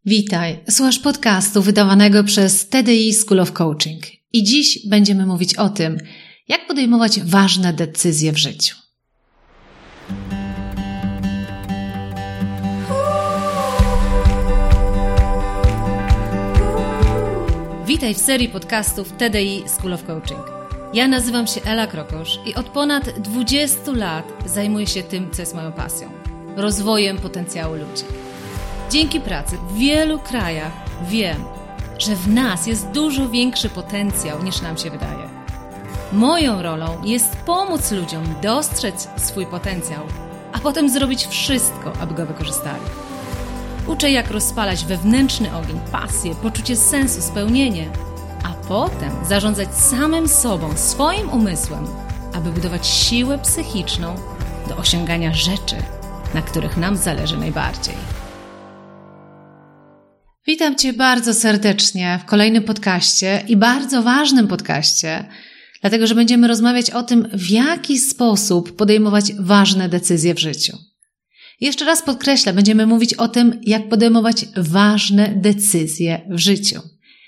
Witaj, słuchasz podcastu wydawanego przez TDI School of Coaching i dziś będziemy mówić o tym, jak podejmować ważne decyzje w życiu. Witaj w serii podcastów TDI School of Coaching. Ja nazywam się Ela Krokosz i od ponad 20 lat zajmuję się tym, co jest moją pasją – rozwojem potencjału ludzi. Dzięki pracy w wielu krajach wiem, że w nas jest dużo większy potencjał niż nam się wydaje. Moją rolą jest pomóc ludziom dostrzec swój potencjał, a potem zrobić wszystko, aby go wykorzystali. Uczę, jak rozpalać wewnętrzny ogień, pasję, poczucie sensu, spełnienie, a potem zarządzać samym sobą, swoim umysłem, aby budować siłę psychiczną do osiągania rzeczy, na których nam zależy najbardziej. Witam Cię bardzo serdecznie w kolejnym podcaście i bardzo ważnym podcaście, dlatego że będziemy rozmawiać o tym, w jaki sposób podejmować ważne decyzje w życiu. Jeszcze raz podkreślę, będziemy mówić o tym, jak podejmować ważne decyzje w życiu.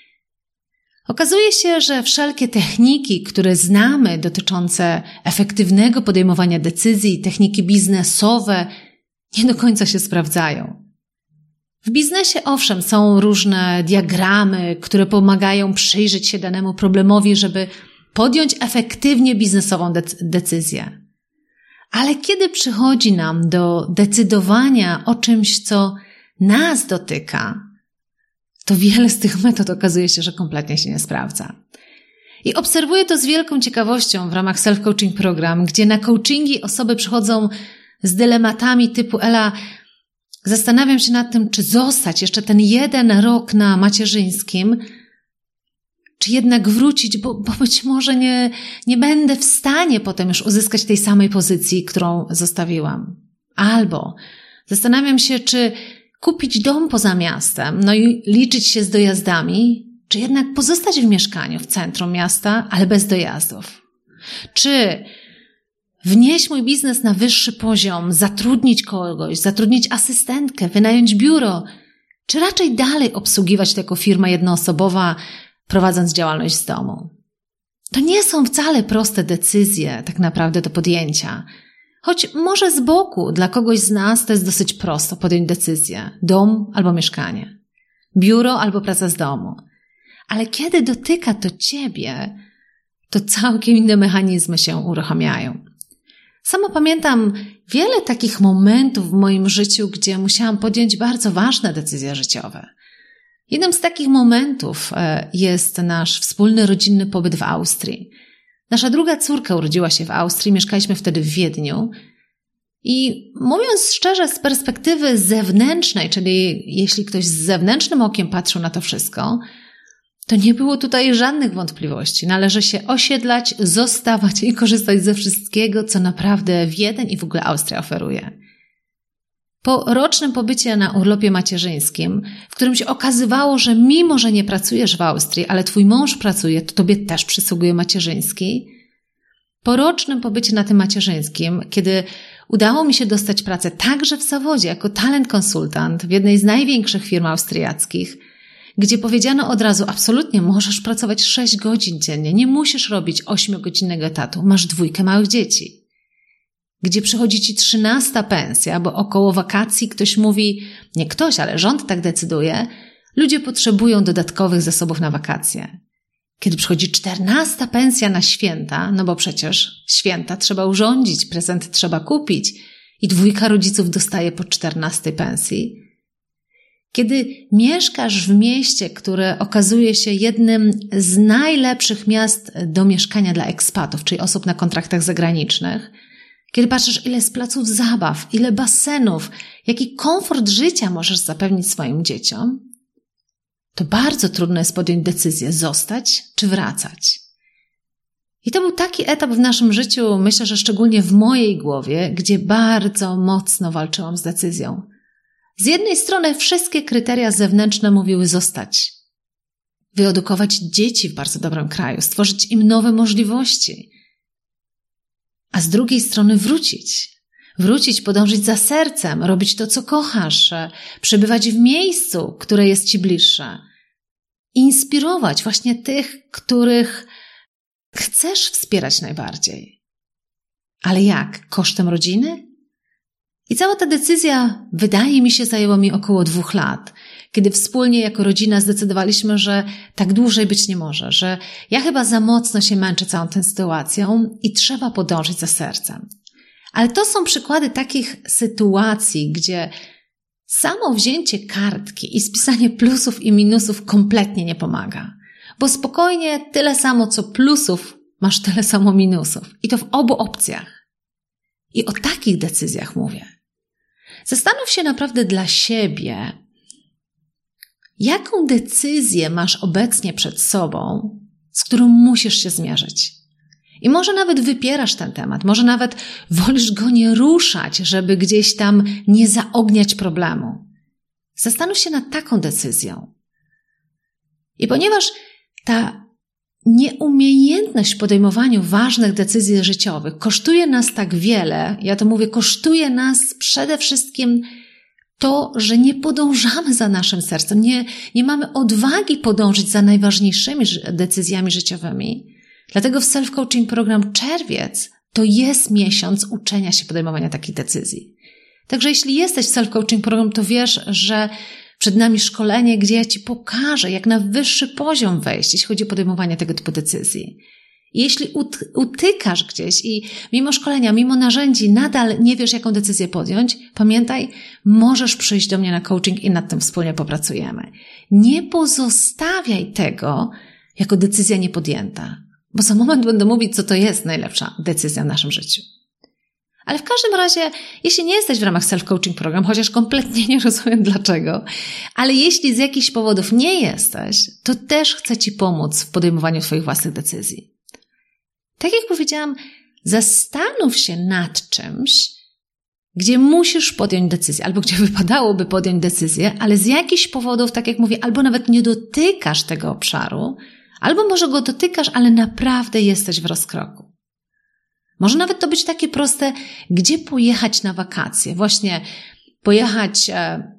Okazuje się, że wszelkie techniki, które znamy dotyczące efektywnego podejmowania decyzji, techniki biznesowe, nie do końca się sprawdzają. W biznesie owszem są różne diagramy, które pomagają przyjrzeć się danemu problemowi, żeby podjąć efektywnie biznesową decyzję. Ale kiedy przychodzi nam do decydowania o czymś, co nas dotyka, to wiele z tych metod okazuje się, że kompletnie się nie sprawdza. I obserwuję to z wielką ciekawością w ramach self-coaching program, gdzie na coachingi osoby przychodzą z dylematami typu Ela, zastanawiam się nad tym, czy zostać jeszcze ten 1 rok na macierzyńskim, czy jednak wrócić, bo być może nie będę w stanie potem już uzyskać tej samej pozycji, którą zostawiłam. Albo zastanawiam się, czy kupić dom poza miastem, no i liczyć się z dojazdami, czy jednak pozostać w mieszkaniu w centrum miasta, ale bez dojazdów. Czy wnieść mój biznes na wyższy poziom, zatrudnić kogoś, zatrudnić asystentkę, wynająć biuro, czy raczej dalej obsługiwać to jako firma jednoosobowa, prowadząc działalność z domu. To nie są wcale proste decyzje tak naprawdę do podjęcia. Choć może z boku dla kogoś z nas to jest dosyć prosto podjąć decyzję. Dom albo mieszkanie. Biuro albo praca z domu. Ale kiedy dotyka to Ciebie, to całkiem inne mechanizmy się uruchamiają. Sama pamiętam wiele takich momentów w moim życiu, gdzie musiałam podjąć bardzo ważne decyzje życiowe. Jednym z takich momentów jest nasz wspólny rodzinny pobyt w Austrii. Nasza druga córka urodziła się w Austrii, mieszkaliśmy wtedy w Wiedniu i mówiąc szczerze z perspektywy zewnętrznej, czyli jeśli ktoś z zewnętrznym okiem patrzył na to wszystko, to nie było tutaj żadnych wątpliwości. Należy się osiedlać, zostawać i korzystać ze wszystkiego, co naprawdę Wiedeń i w ogóle Austria oferuje. Po rocznym pobycie na urlopie macierzyńskim, w którym się okazywało, że mimo, że nie pracujesz w Austrii, ale twój mąż pracuje, to tobie też przysługuje macierzyński. Po rocznym pobycie na tym macierzyńskim, kiedy udało mi się dostać pracę także w zawodzie jako talent konsultant w jednej z największych firm austriackich, gdzie powiedziano od razu, absolutnie możesz pracować 6 godzin dziennie, nie musisz robić 8-godzinnego etatu, masz 2 małych dzieci. Gdzie przychodzi Ci 13 pensja, bo około wakacji ktoś mówi, nie ktoś, ale rząd tak decyduje, ludzie potrzebują dodatkowych zasobów na wakacje. Kiedy przychodzi 14 pensja na święta, no bo przecież święta trzeba urządzić, prezent trzeba kupić i 2 rodziców dostaje po 14 pensji. Kiedy mieszkasz w mieście, które okazuje się jednym z najlepszych miast do mieszkania dla ekspatów, czyli osób na kontraktach zagranicznych, kiedy patrzysz, ile jest placów zabaw, ile basenów, jaki komfort życia możesz zapewnić swoim dzieciom, to bardzo trudno jest podjąć decyzję zostać czy wracać. I to był taki etap w naszym życiu, myślę, że szczególnie w mojej głowie, gdzie bardzo mocno walczyłam z decyzją. Z jednej strony wszystkie kryteria zewnętrzne mówiły zostać, wyedukować dzieci w bardzo dobrym kraju, stworzyć im nowe możliwości, a z drugiej strony wrócić. Wrócić, podążyć za sercem, robić to, co kochasz, przebywać w miejscu, które jest ci bliższe. Inspirować właśnie tych, których chcesz wspierać najbardziej. Ale jak? Kosztem rodziny? I cała ta decyzja, wydaje mi się, zajęła mi około 2 lat, kiedy wspólnie jako rodzina zdecydowaliśmy, że tak dłużej być nie może, że ja chyba za mocno się męczę całą tę sytuacją i trzeba podążyć za sercem. Ale to są przykłady takich sytuacji, gdzie samo wzięcie kartki i spisanie plusów i minusów kompletnie nie pomaga. Bo spokojnie tyle samo co plusów, masz tyle samo minusów. I to w obu opcjach. I o takich decyzjach mówię. Zastanów się naprawdę dla siebie, jaką decyzję masz obecnie przed sobą, z którą musisz się zmierzyć. I może nawet wypierasz ten temat, może nawet wolisz go nie ruszać, żeby gdzieś tam nie zaogniać problemu. Zastanów się nad taką decyzją. I ponieważ ta nieumiejętność w podejmowaniu ważnych decyzji życiowych kosztuje nas tak wiele, ja to mówię, kosztuje nas przede wszystkim to, że nie podążamy za naszym sercem, nie mamy odwagi podążyć za najważniejszymi decyzjami życiowymi. Dlatego w Self-Coaching Program Czerwiec to jest miesiąc uczenia się podejmowania takich decyzji. Także jeśli jesteś w Self-Coaching Program, to wiesz, że przed nami szkolenie, gdzie ja Ci pokażę, jak na wyższy poziom wejść, jeśli chodzi o podejmowanie tego typu decyzji. I jeśli utykasz gdzieś i mimo szkolenia, mimo narzędzi nadal nie wiesz, jaką decyzję podjąć, pamiętaj, możesz przyjść do mnie na coaching i nad tym wspólnie popracujemy. Nie pozostawiaj tego jako decyzja niepodjęta, bo za moment będę mówić, co to jest najlepsza decyzja w naszym życiu. Ale w każdym razie, jeśli nie jesteś w ramach Self-Coaching Program, chociaż kompletnie nie rozumiem dlaczego, ale jeśli z jakichś powodów nie jesteś, to też chcę Ci pomóc w podejmowaniu Twoich własnych decyzji. Tak jak powiedziałam, zastanów się nad czymś, gdzie musisz podjąć decyzję, albo gdzie wypadałoby podjąć decyzję, ale z jakichś powodów, tak jak mówię, albo nawet nie dotykasz tego obszaru, albo może go dotykasz, ale naprawdę jesteś w rozkroku. Może nawet to być takie proste, gdzie pojechać na wakacje. Właśnie pojechać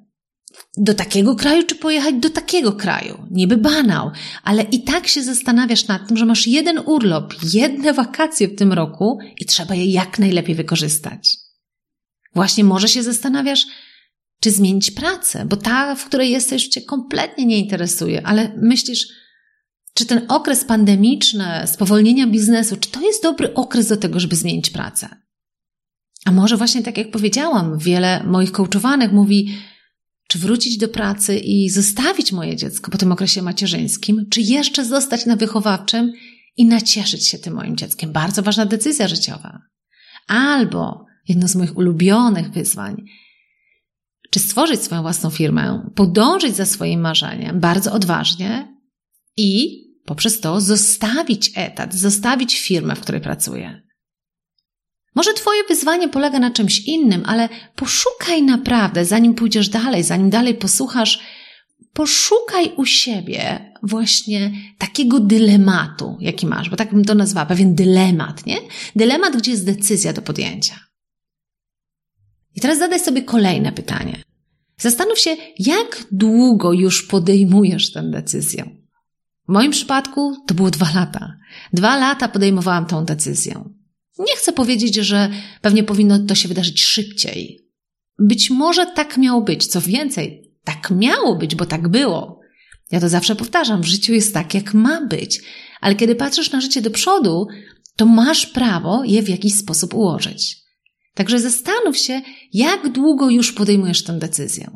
do takiego kraju, czy pojechać do takiego kraju. Niby banał, ale i tak się zastanawiasz nad tym, że masz jeden urlop, jedne wakacje w tym roku i trzeba je jak najlepiej wykorzystać. Właśnie może się zastanawiasz, czy zmienić pracę, bo ta, w której jesteś, Cię kompletnie nie interesuje, ale myślisz, czy ten okres pandemiczny, spowolnienia biznesu, czy to jest dobry okres do tego, żeby zmienić pracę? A może właśnie tak jak powiedziałam, wiele moich coachowanych mówi, czy wrócić do pracy i zostawić moje dziecko po tym okresie macierzyńskim, czy jeszcze zostać na wychowawczym i nacieszyć się tym moim dzieckiem. Bardzo ważna decyzja życiowa. Albo jedno z moich ulubionych wyzwań, czy stworzyć swoją własną firmę, podążyć za swoim marzeniem bardzo odważnie i poprzez to zostawić etat, zostawić firmę, w której pracuję. Może Twoje wyzwanie polega na czymś innym, ale poszukaj naprawdę, zanim pójdziesz dalej, zanim dalej posłuchasz, poszukaj u siebie właśnie takiego dylematu, jaki masz, bo tak bym to nazwała, pewien dylemat, nie? Dylemat, gdzie jest decyzja do podjęcia. I teraz zadaj sobie kolejne pytanie. Zastanów się, jak długo już podejmujesz tę decyzję. W moim przypadku to było 2 lata. 2 lata podejmowałam tą decyzję. Nie chcę powiedzieć, że pewnie powinno to się wydarzyć szybciej. Być może tak miało być. Co więcej, tak miało być, bo tak było. Ja to zawsze powtarzam, w życiu jest tak, jak ma być. Ale kiedy patrzysz na życie do przodu, to masz prawo je w jakiś sposób ułożyć. Także zastanów się, jak długo już podejmujesz tę decyzję.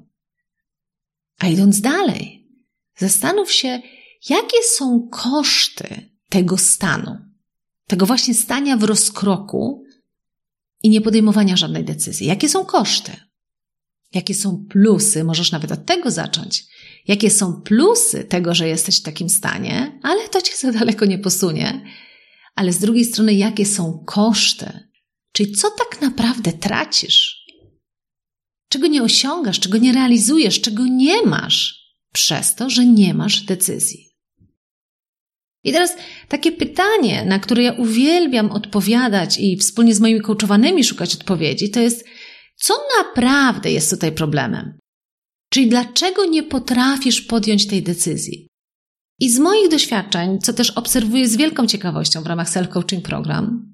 A idąc dalej, zastanów się, jakie są koszty tego stanu, tego właśnie stania w rozkroku i nie podejmowania żadnej decyzji. Jakie są koszty? Jakie są plusy? Możesz nawet od tego zacząć. Jakie są plusy tego, że jesteś w takim stanie, ale to Cię za daleko nie posunie. Ale z drugiej strony, jakie są koszty? Czyli co tak naprawdę tracisz? Czego nie osiągasz, czego nie realizujesz, czego nie masz przez to, że nie masz decyzji. I teraz takie pytanie, na które ja uwielbiam odpowiadać i wspólnie z moimi coachowanymi szukać odpowiedzi, to jest, co naprawdę jest tutaj problemem? Czyli dlaczego nie potrafisz podjąć tej decyzji? I z moich doświadczeń, co też obserwuję z wielką ciekawością w ramach Self-Coaching Program,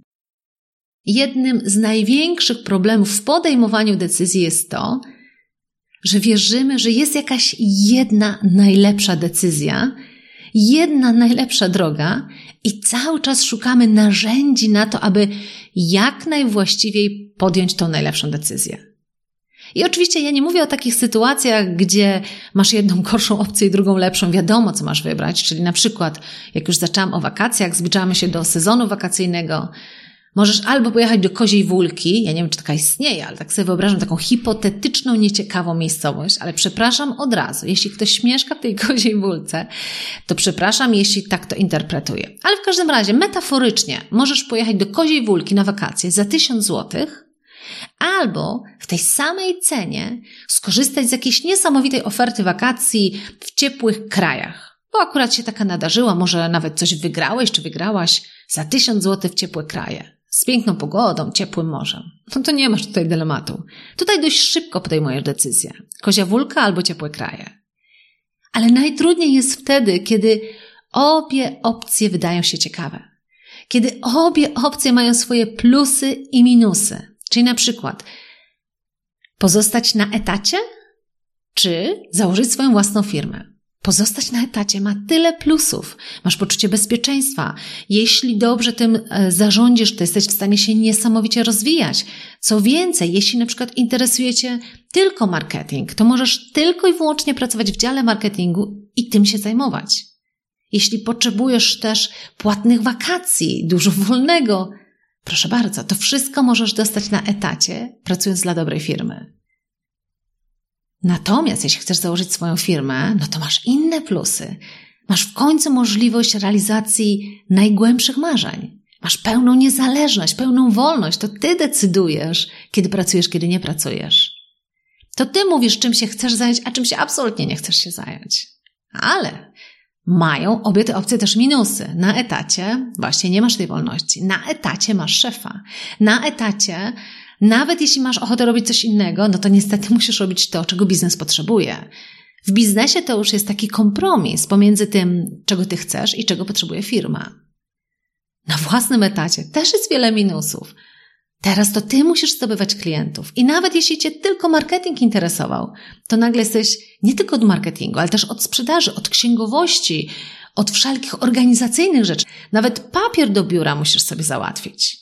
jednym z największych problemów w podejmowaniu decyzji jest to, że wierzymy, że jest jakaś jedna najlepsza decyzja, jedna najlepsza droga i cały czas szukamy narzędzi na to, aby jak najwłaściwiej podjąć tą najlepszą decyzję. I oczywiście ja nie mówię o takich sytuacjach, gdzie masz jedną gorszą opcję i drugą lepszą, wiadomo co masz wybrać, czyli na przykład jak już zaczęłam o wakacjach, zbliżamy się do sezonu wakacyjnego, możesz albo pojechać do Koziej Wólki, ja nie wiem czy taka istnieje, ale tak sobie wyobrażam taką hipotetyczną, nieciekawą miejscowość, ale przepraszam od razu, jeśli ktoś mieszka w tej Koziej Wólce, to przepraszam, jeśli tak to interpretuję. Ale w każdym razie, metaforycznie, możesz pojechać do Koziej Wólki na wakacje za 1000 złotych, albo w tej samej cenie skorzystać z jakiejś niesamowitej oferty wakacji w ciepłych krajach. Bo akurat się taka nadarzyła, może nawet coś wygrałeś czy wygrałaś za 1000 zł w ciepłe kraje. Z piękną pogodą, ciepłym morzem. No to nie masz tutaj dylematu. Tutaj dość szybko podejmujesz decyzję. Kozia Wólka albo ciepłe kraje. Ale najtrudniej jest wtedy, kiedy obie opcje wydają się ciekawe. Kiedy obie opcje mają swoje plusy i minusy. Czyli na przykład pozostać na etacie, czy założyć swoją własną firmę. Pozostać na etacie ma tyle plusów. Masz poczucie bezpieczeństwa. Jeśli dobrze tym zarządzisz, to jesteś w stanie się niesamowicie rozwijać. Co więcej, jeśli na przykład interesuje Cię tylko marketing, to możesz tylko i wyłącznie pracować w dziale marketingu i tym się zajmować. Jeśli potrzebujesz też płatnych wakacji, dużo wolnego, proszę bardzo, to wszystko możesz dostać na etacie, pracując dla dobrej firmy. Natomiast jeśli chcesz założyć swoją firmę, no to masz inne plusy. Masz w końcu możliwość realizacji najgłębszych marzeń. Masz pełną niezależność, pełną wolność. To Ty decydujesz, kiedy pracujesz, kiedy nie pracujesz. To Ty mówisz, czym się chcesz zająć, a czym się absolutnie nie chcesz się zająć. Ale mają obie te opcje też minusy. Na etacie właśnie nie masz tej wolności. Na etacie masz szefa. Na etacie, nawet jeśli masz ochotę robić coś innego, no to niestety musisz robić to, czego biznes potrzebuje. W biznesie to już jest taki kompromis pomiędzy tym, czego Ty chcesz i czego potrzebuje firma. Na własnym etacie też jest wiele minusów. Teraz to Ty musisz zdobywać klientów. I nawet jeśli Cię tylko marketing interesował, to nagle jesteś nie tylko od marketingu, ale też od sprzedaży, od księgowości, od wszelkich organizacyjnych rzeczy. Nawet papier do biura musisz sobie załatwić.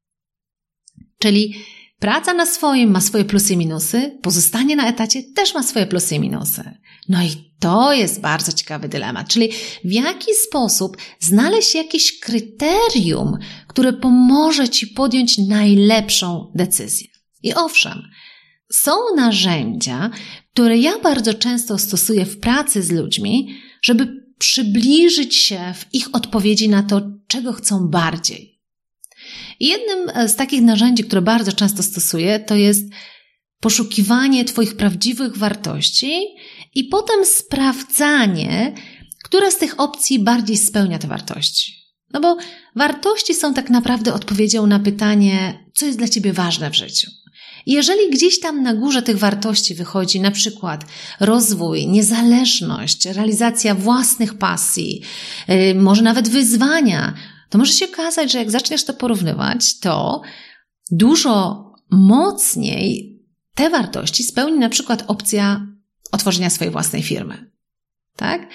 Czyli praca na swoim ma swoje plusy i minusy, pozostanie na etacie też ma swoje plusy i minusy. No i to jest bardzo ciekawy dylemat, czyli w jaki sposób znaleźć jakieś kryterium, które pomoże Ci podjąć najlepszą decyzję. I owszem, są narzędzia, które ja bardzo często stosuję w pracy z ludźmi, żeby przybliżyć się w ich odpowiedzi na to, czego chcą bardziej. I jednym z takich narzędzi, które bardzo często stosuję, to jest poszukiwanie Twoich prawdziwych wartości i potem sprawdzanie, która z tych opcji bardziej spełnia te wartości. No bo wartości są tak naprawdę odpowiedzią na pytanie, co jest dla Ciebie ważne w życiu. I jeżeli gdzieś tam na górze tych wartości wychodzi na przykład rozwój, niezależność, realizacja własnych pasji, może nawet wyzwania, to może się okazać, że jak zaczniesz to porównywać, to dużo mocniej te wartości spełni na przykład opcja otworzenia swojej własnej firmy. Tak?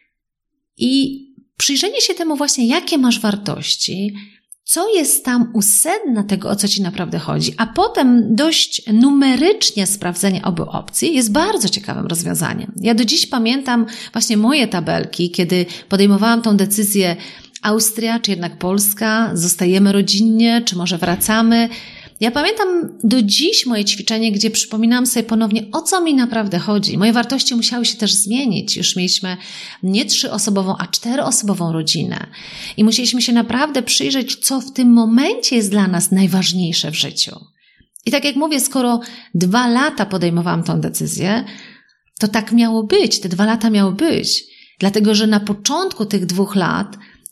I przyjrzenie się temu właśnie, jakie masz wartości, co jest tam u sedna tego, o co Ci naprawdę chodzi, a potem dość numerycznie sprawdzenie obu opcji jest bardzo ciekawym rozwiązaniem. Ja do dziś pamiętam właśnie moje tabelki, kiedy podejmowałam tą decyzję Austria, czy jednak Polska, zostajemy rodzinnie, czy może wracamy. Ja pamiętam do dziś moje ćwiczenie, gdzie przypominałam sobie ponownie, o co mi naprawdę chodzi. Moje wartości musiały się też zmienić. Już mieliśmy nie 3-osobową, a 4-osobową rodzinę. I musieliśmy się naprawdę przyjrzeć, co w tym momencie jest dla nas najważniejsze w życiu. I tak jak mówię, skoro 2 lata podejmowałam tą decyzję, to tak miało być. Te 2 lata miały być. Dlatego, że na początku tych 2 lat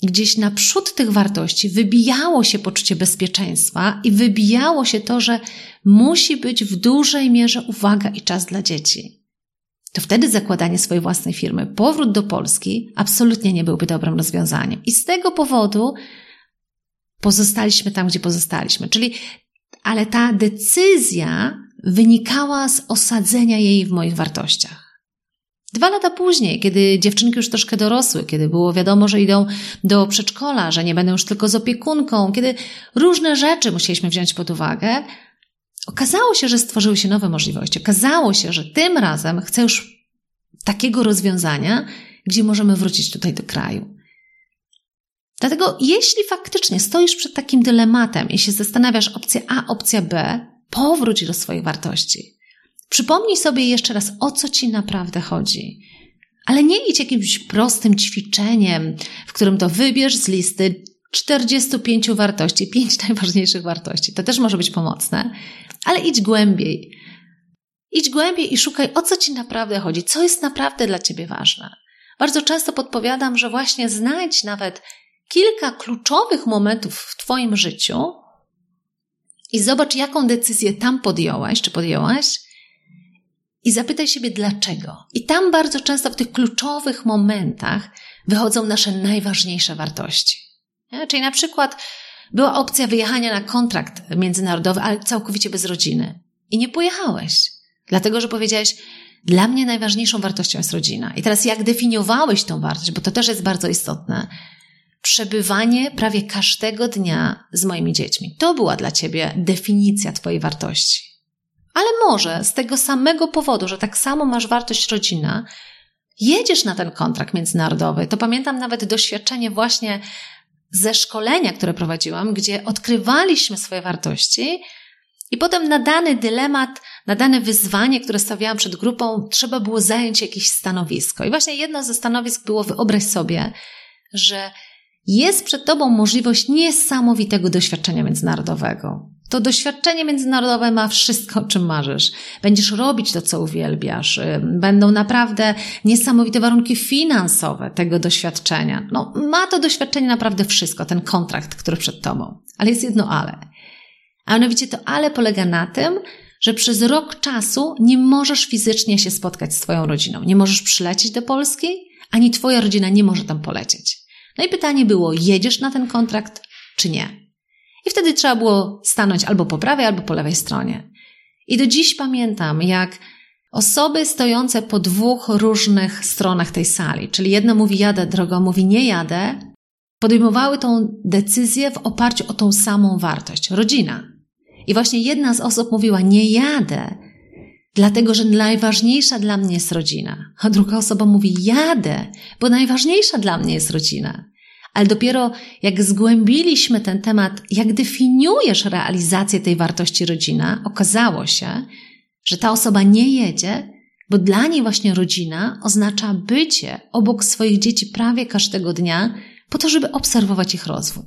I gdzieś naprzód tych wartości wybijało się poczucie bezpieczeństwa i wybijało się to, że musi być w dużej mierze uwaga i czas dla dzieci. To wtedy zakładanie swojej własnej firmy, powrót do Polski absolutnie nie byłby dobrym rozwiązaniem. I z tego powodu pozostaliśmy tam, gdzie pozostaliśmy. Ale ta decyzja wynikała z osadzenia jej w moich wartościach. 2 lata później, kiedy dziewczynki już troszkę dorosły, kiedy było wiadomo, że idą do przedszkola, że nie będą już tylko z opiekunką, kiedy różne rzeczy musieliśmy wziąć pod uwagę, okazało się, że stworzyły się nowe możliwości. Okazało się, że tym razem chcę już takiego rozwiązania, gdzie możemy wrócić tutaj do kraju. Dlatego jeśli faktycznie stoisz przed takim dylematem i się zastanawiasz opcja A, opcja B, powróć do swoich wartości. Przypomnij sobie jeszcze raz, o co ci naprawdę chodzi. Ale nie idź jakimś prostym ćwiczeniem, w którym to wybierz z listy 45 wartości, 5 najważniejszych wartości. To też może być pomocne, ale idź głębiej. Idź głębiej i szukaj, o co ci naprawdę chodzi, co jest naprawdę dla ciebie ważne. Bardzo często podpowiadam, że właśnie znajdź nawet kilka kluczowych momentów w twoim życiu i zobacz, jaką decyzję tam podjąłeś, czy podjęłaś i zapytaj siebie dlaczego. I tam bardzo często w tych kluczowych momentach wychodzą nasze najważniejsze wartości. Nie? Czyli na przykład była opcja wyjechania na kontrakt międzynarodowy, ale całkowicie bez rodziny. I nie pojechałeś, dlatego że powiedziałeś, dla mnie najważniejszą wartością jest rodzina. I teraz jak definiowałeś tą wartość, bo to też jest bardzo istotne, przebywanie prawie każdego dnia z moimi dziećmi. To była dla ciebie definicja twojej wartości. Ale może z tego samego powodu, że tak samo masz wartość rodzina, jedziesz na ten kontrakt międzynarodowy. To pamiętam nawet doświadczenie właśnie ze szkolenia, które prowadziłam, gdzie odkrywaliśmy swoje wartości i potem na dany dylemat, na dane wyzwanie, które stawiałam przed grupą, trzeba było zająć jakieś stanowisko. I właśnie jedno ze stanowisk było, wyobraź sobie, że jest przed tobą możliwość niesamowitego doświadczenia międzynarodowego. To doświadczenie międzynarodowe ma wszystko, o czym marzysz. Będziesz robić to, co uwielbiasz. Będą naprawdę niesamowite warunki finansowe tego doświadczenia. Ma to doświadczenie naprawdę wszystko, ten kontrakt, który przed tobą. Ale jest jedno ale. A mianowicie to ale polega na tym, że przez rok czasu nie możesz fizycznie się spotkać z twoją rodziną. Nie możesz przylecieć do Polski, ani twoja rodzina nie może tam polecieć. No i pytanie było, jedziesz na ten kontrakt, czy nie? I wtedy trzeba było stanąć albo po prawej, albo po lewej stronie. I do dziś pamiętam, jak osoby stojące po 2 różnych stronach tej sali, czyli jedna mówi jadę, druga mówi nie jadę, podejmowały tą decyzję w oparciu o tą samą wartość, rodzina. I właśnie jedna z osób mówiła nie jadę, dlatego że najważniejsza dla mnie jest rodzina. A druga osoba mówi jadę, bo najważniejsza dla mnie jest rodzina. Ale dopiero jak zgłębiliśmy ten temat, jak definiujesz realizację tej wartości rodzina, okazało się, że ta osoba nie jedzie, bo dla niej właśnie rodzina oznacza bycie obok swoich dzieci prawie każdego dnia po to, żeby obserwować ich rozwój.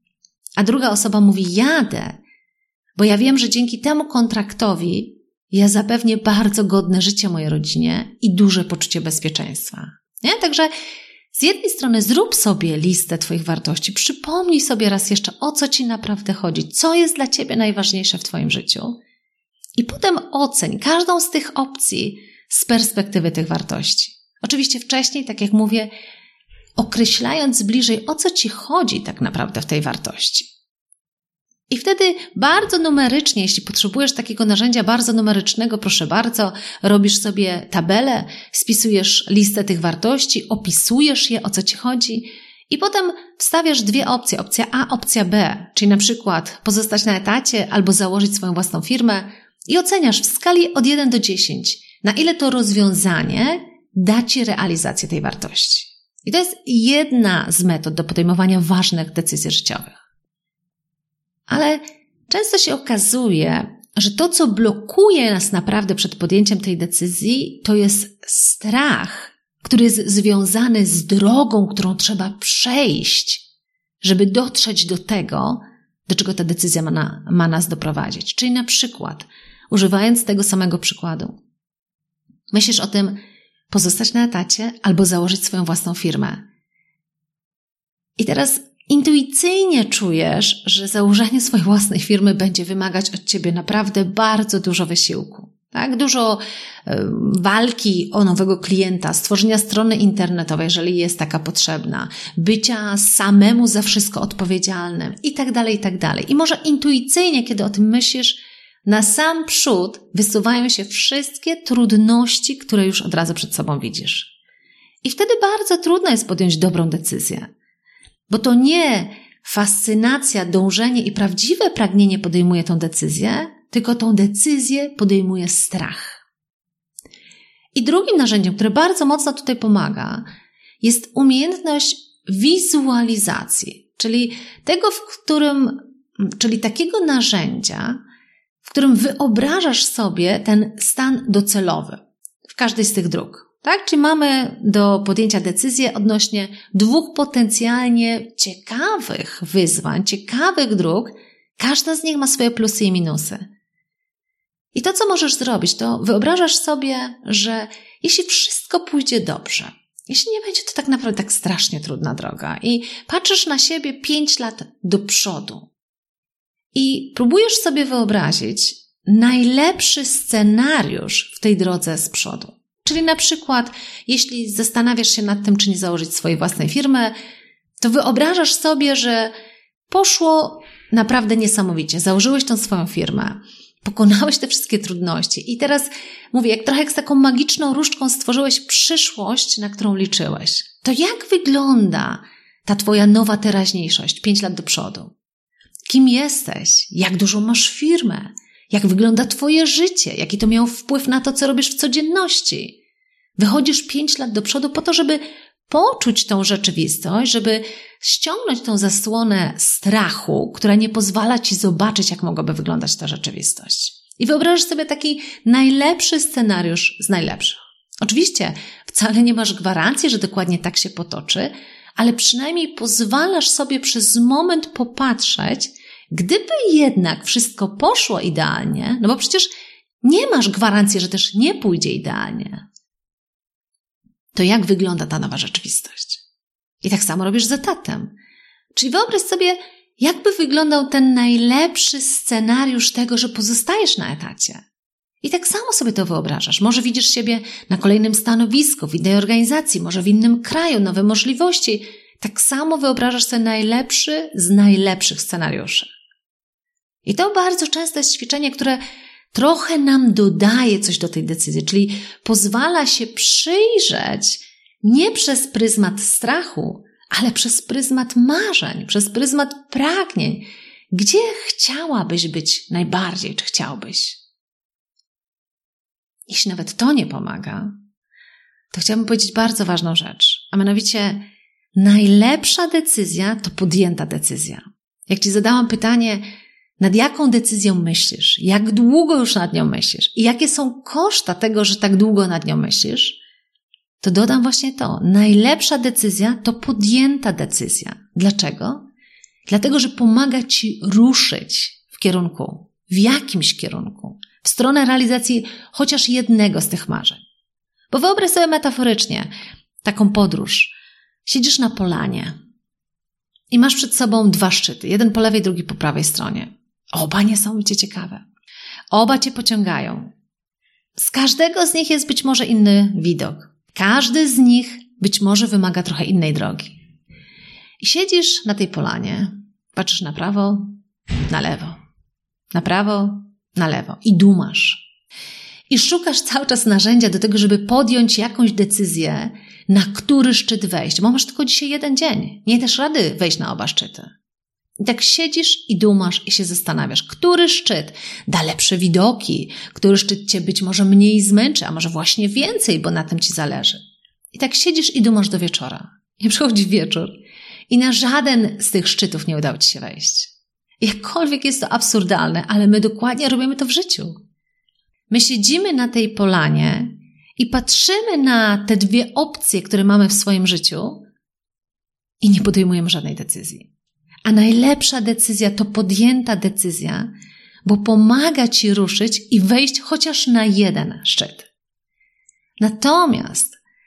A druga osoba mówi jadę, bo ja wiem, że dzięki temu kontraktowi ja zapewnię bardzo godne życie mojej rodzinie i duże poczucie bezpieczeństwa. Nie? Także z jednej strony zrób sobie listę twoich wartości, przypomnij sobie raz jeszcze, o co ci naprawdę chodzi, co jest dla ciebie najważniejsze w twoim życiu i potem oceń każdą z tych opcji z perspektywy tych wartości. Oczywiście wcześniej, tak jak mówię, określając bliżej, o co ci chodzi tak naprawdę w tej wartości. I wtedy bardzo numerycznie, jeśli potrzebujesz takiego narzędzia bardzo numerycznego, proszę bardzo, robisz sobie tabelę, spisujesz listę tych wartości, opisujesz je, o co ci chodzi i potem wstawiasz 2 opcje, opcja A, opcja B, czyli na przykład pozostać na etacie albo założyć swoją własną firmę i oceniasz w skali od 1 do 10, na ile to rozwiązanie da ci realizację tej wartości. I to jest jedna z metod do podejmowania ważnych decyzji życiowych. Ale często się okazuje, że to, co blokuje nas naprawdę przed podjęciem tej decyzji, to jest strach, który jest związany z drogą, którą trzeba przejść, żeby dotrzeć do tego, do czego ta decyzja ma nas doprowadzić. Czyli na przykład, używając tego samego przykładu, myślisz o tym, pozostać na etacie albo założyć swoją własną firmę. I teraz intuicyjnie czujesz, że założenie swojej własnej firmy będzie wymagać od ciebie naprawdę bardzo dużo wysiłku. Tak? Dużo walki o nowego klienta, stworzenia strony internetowej, jeżeli jest taka potrzebna, bycia samemu za wszystko odpowiedzialnym i tak dalej, i tak dalej. I może intuicyjnie, kiedy o tym myślisz, na sam przód wysuwają się wszystkie trudności, które już od razu przed sobą widzisz. I wtedy bardzo trudno jest podjąć dobrą decyzję. Bo to nie fascynacja, dążenie i prawdziwe pragnienie podejmuje tą decyzję, tylko tą decyzję podejmuje strach. I drugim narzędziem, które bardzo mocno tutaj pomaga, jest umiejętność wizualizacji, czyli takiego narzędzia, w którym wyobrażasz sobie ten stan docelowy w każdej z tych dróg. Tak? Czyli mamy do podjęcia decyzję odnośnie 2 potencjalnie ciekawych wyzwań, ciekawych dróg. Każda z nich ma swoje plusy i minusy. I to, co możesz zrobić, to wyobrażasz sobie, że jeśli wszystko pójdzie dobrze, jeśli nie będzie to tak naprawdę tak strasznie trudna droga i patrzysz na siebie 5 lat do przodu i próbujesz sobie wyobrazić najlepszy scenariusz w tej drodze z przodu. Czyli na przykład, jeśli zastanawiasz się nad tym, czy nie założyć swojej własnej firmy, to wyobrażasz sobie, że poszło naprawdę niesamowicie. Założyłeś tą swoją firmę, pokonałeś te wszystkie trudności i teraz mówię, jak z taką magiczną różdżką stworzyłeś przyszłość, na którą liczyłeś. To jak wygląda ta twoja nowa teraźniejszość 5 lat do przodu? Kim jesteś? Jak dużą masz firmę? Jak wygląda twoje życie? Jaki to miał wpływ na to, co robisz w codzienności? Wychodzisz 5 lat do przodu po to, żeby poczuć tą rzeczywistość, żeby ściągnąć tą zasłonę strachu, która nie pozwala ci zobaczyć, jak mogłaby wyglądać ta rzeczywistość. I wyobrażasz sobie taki najlepszy scenariusz z najlepszych. Oczywiście wcale nie masz gwarancji, że dokładnie tak się potoczy, ale przynajmniej pozwalasz sobie przez moment popatrzeć, gdyby jednak wszystko poszło idealnie, no bo przecież nie masz gwarancji, że też nie pójdzie idealnie, to jak wygląda ta nowa rzeczywistość? I tak samo robisz z etatem. Czyli wyobraź sobie, jakby wyglądał ten najlepszy scenariusz tego, że pozostajesz na etacie. I tak samo sobie to wyobrażasz. Może widzisz siebie na kolejnym stanowisku, w innej organizacji, może w innym kraju, nowe możliwości. Tak samo wyobrażasz sobie najlepszy z najlepszych scenariuszy. I to bardzo często jest ćwiczenie, które trochę nam dodaje coś do tej decyzji, czyli pozwala się przyjrzeć nie przez pryzmat strachu, ale przez pryzmat marzeń, przez pryzmat pragnień. Gdzie chciałabyś być najbardziej, czy chciałbyś? Jeśli nawet to nie pomaga, to chciałabym powiedzieć bardzo ważną rzecz, a mianowicie najlepsza decyzja to podjęta decyzja. Jak ci zadałam pytanie, nad jaką decyzją myślisz, jak długo już nad nią myślisz i jakie są koszta tego, że tak długo nad nią myślisz, to dodam właśnie to. Najlepsza decyzja to podjęta decyzja. Dlaczego? Dlatego, że pomaga ci ruszyć w jakimś kierunku, w stronę realizacji chociaż jednego z tych marzeń. Bo wyobraź sobie metaforycznie taką podróż. Siedzisz na polanie i masz przed sobą 2 szczyty. Jeden po lewej, drugi po prawej stronie. Oba niesamowicie ciekawe. Oba cię pociągają. Z każdego z nich jest być może inny widok. Każdy z nich być może wymaga trochę innej drogi. I siedzisz na tej polanie, patrzysz na prawo, na lewo. Na prawo, na lewo. I dumasz. I szukasz cały czas narzędzia do tego, żeby podjąć jakąś decyzję, na który szczyt wejść. Bo masz tylko dzisiaj 1 dzień. Nie dasz rady wejść na oba szczyty. I tak siedzisz i dumasz i się zastanawiasz, który szczyt da lepsze widoki, który szczyt cię być może mniej zmęczy, a może właśnie więcej, bo na tym ci zależy. I tak siedzisz i dumasz do wieczora. I przychodzi wieczór i na żaden z tych szczytów nie udało ci się wejść. Jakkolwiek jest to absurdalne, ale my dokładnie robimy to w życiu. My siedzimy na tej polanie i patrzymy na te 2 opcje, które mamy w swoim życiu i nie podejmujemy żadnej decyzji. A najlepsza decyzja to podjęta decyzja, bo pomaga ci ruszyć i wejść chociaż na 1 szczyt. Natomiast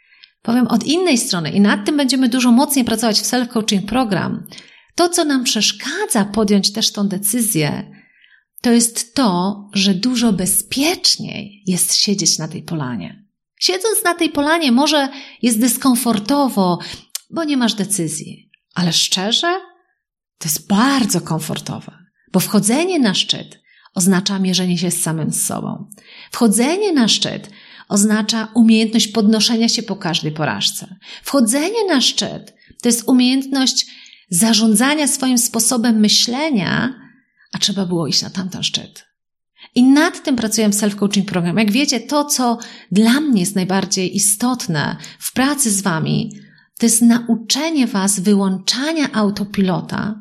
Powiem od innej strony i nad tym będziemy dużo mocniej pracować w Self-Coaching Program. To, co nam przeszkadza podjąć też tą decyzję, to jest to, że dużo bezpieczniej jest siedzieć na tej polanie. Siedząc na tej polanie może jest dyskomfortowo, bo nie masz decyzji. Ale szczerze, to jest bardzo komfortowe, bo wchodzenie na szczyt oznacza mierzenie się z samym sobą. Wchodzenie na szczyt oznacza umiejętność podnoszenia się po każdej porażce. Wchodzenie na szczyt to jest umiejętność zarządzania swoim sposobem myślenia, a trzeba było iść na tamten szczyt. I nad tym pracuję w Self-Coaching Program. Jak wiecie, to, co dla mnie jest najbardziej istotne w pracy z Wami, to jest nauczenie Was wyłączania autopilota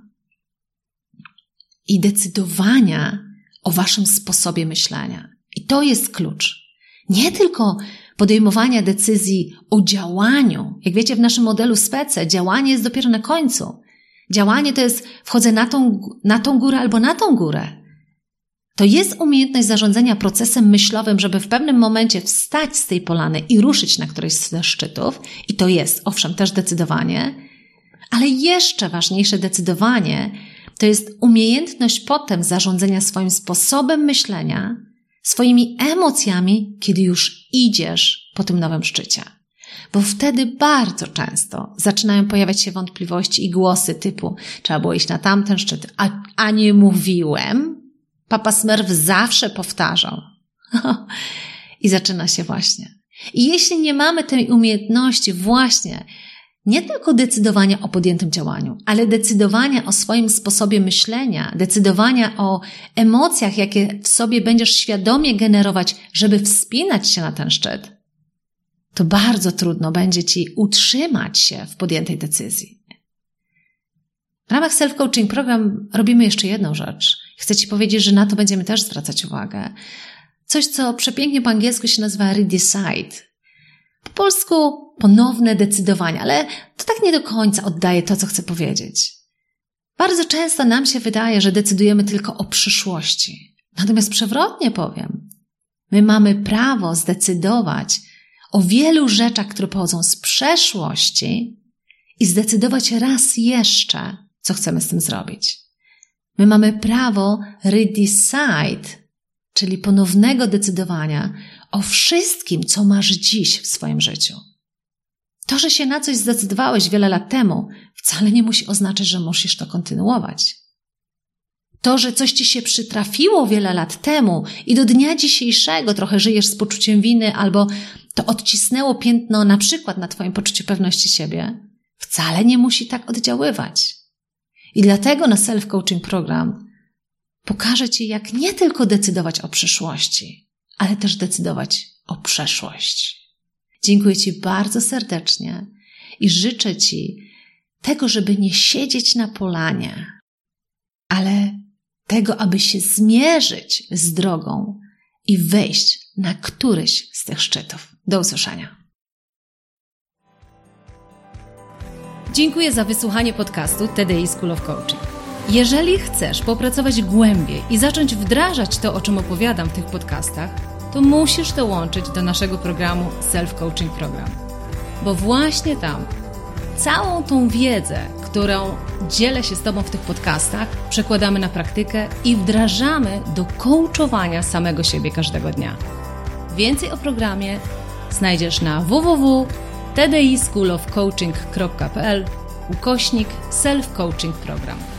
i decydowania o Waszym sposobie myślenia. I to jest klucz. Nie tylko podejmowania decyzji o działaniu. Jak wiecie, w naszym modelu SPECE działanie jest dopiero na końcu. Działanie to jest wchodzę na tą górę albo na tą górę. To jest umiejętność zarządzania procesem myślowym, żeby w pewnym momencie wstać z tej polany i ruszyć na któryś ze szczytów. I to jest, owszem, też decydowanie, ale jeszcze ważniejsze decydowanie to jest umiejętność potem zarządzania swoim sposobem myślenia, swoimi emocjami, kiedy już idziesz po tym nowym szczycie. Bo wtedy bardzo często zaczynają pojawiać się wątpliwości i głosy typu trzeba było iść na tamten szczyt, a nie mówiłem? Papa Smurf zawsze powtarzał. I zaczyna się właśnie. I jeśli nie mamy tej umiejętności właśnie nie tylko decydowania o podjętym działaniu, ale decydowania o swoim sposobie myślenia, decydowania o emocjach, jakie w sobie będziesz świadomie generować, żeby wspinać się na ten szczyt, to bardzo trudno będzie Ci utrzymać się w podjętej decyzji. W ramach Self-Coaching Program robimy jeszcze jedną rzecz. Chcę Ci powiedzieć, że na to będziemy też zwracać uwagę. Coś, co przepięknie po angielsku się nazywa redecide. Po polsku ponowne decydowanie, ale to tak nie do końca oddaje to, co chcę powiedzieć. Bardzo często nam się wydaje, że decydujemy tylko o przyszłości. Natomiast przewrotnie powiem, my mamy prawo zdecydować o wielu rzeczach, które pochodzą z przeszłości i zdecydować raz jeszcze, co chcemy z tym zrobić. My mamy prawo redecide, czyli ponownego decydowania o wszystkim, co masz dziś w swoim życiu. To, że się na coś zdecydowałeś wiele lat temu, wcale nie musi oznaczać, że musisz to kontynuować. To, że coś Ci się przytrafiło wiele lat temu i do dnia dzisiejszego trochę żyjesz z poczuciem winy albo to odcisnęło piętno na przykład na Twoim poczuciu pewności siebie, wcale nie musi tak oddziaływać. I dlatego na Self-Coaching Program pokażę Ci, jak nie tylko decydować o przyszłości, ale też decydować o przeszłości. Dziękuję Ci bardzo serdecznie i życzę Ci tego, żeby nie siedzieć na polanie, ale tego, aby się zmierzyć z drogą i wejść na któryś z tych szczytów. Do usłyszenia. Dziękuję za wysłuchanie podcastu TDI School of Coaching. Jeżeli chcesz popracować głębiej i zacząć wdrażać to, o czym opowiadam w tych podcastach, to musisz dołączyć do naszego programu Self-Coaching Program. Bo właśnie tam całą tą wiedzę, którą dzielę się z Tobą w tych podcastach, przekładamy na praktykę i wdrażamy do coachowania samego siebie każdego dnia. Więcej o programie znajdziesz na www.tdischoolofcoaching.pl/self-coaching program.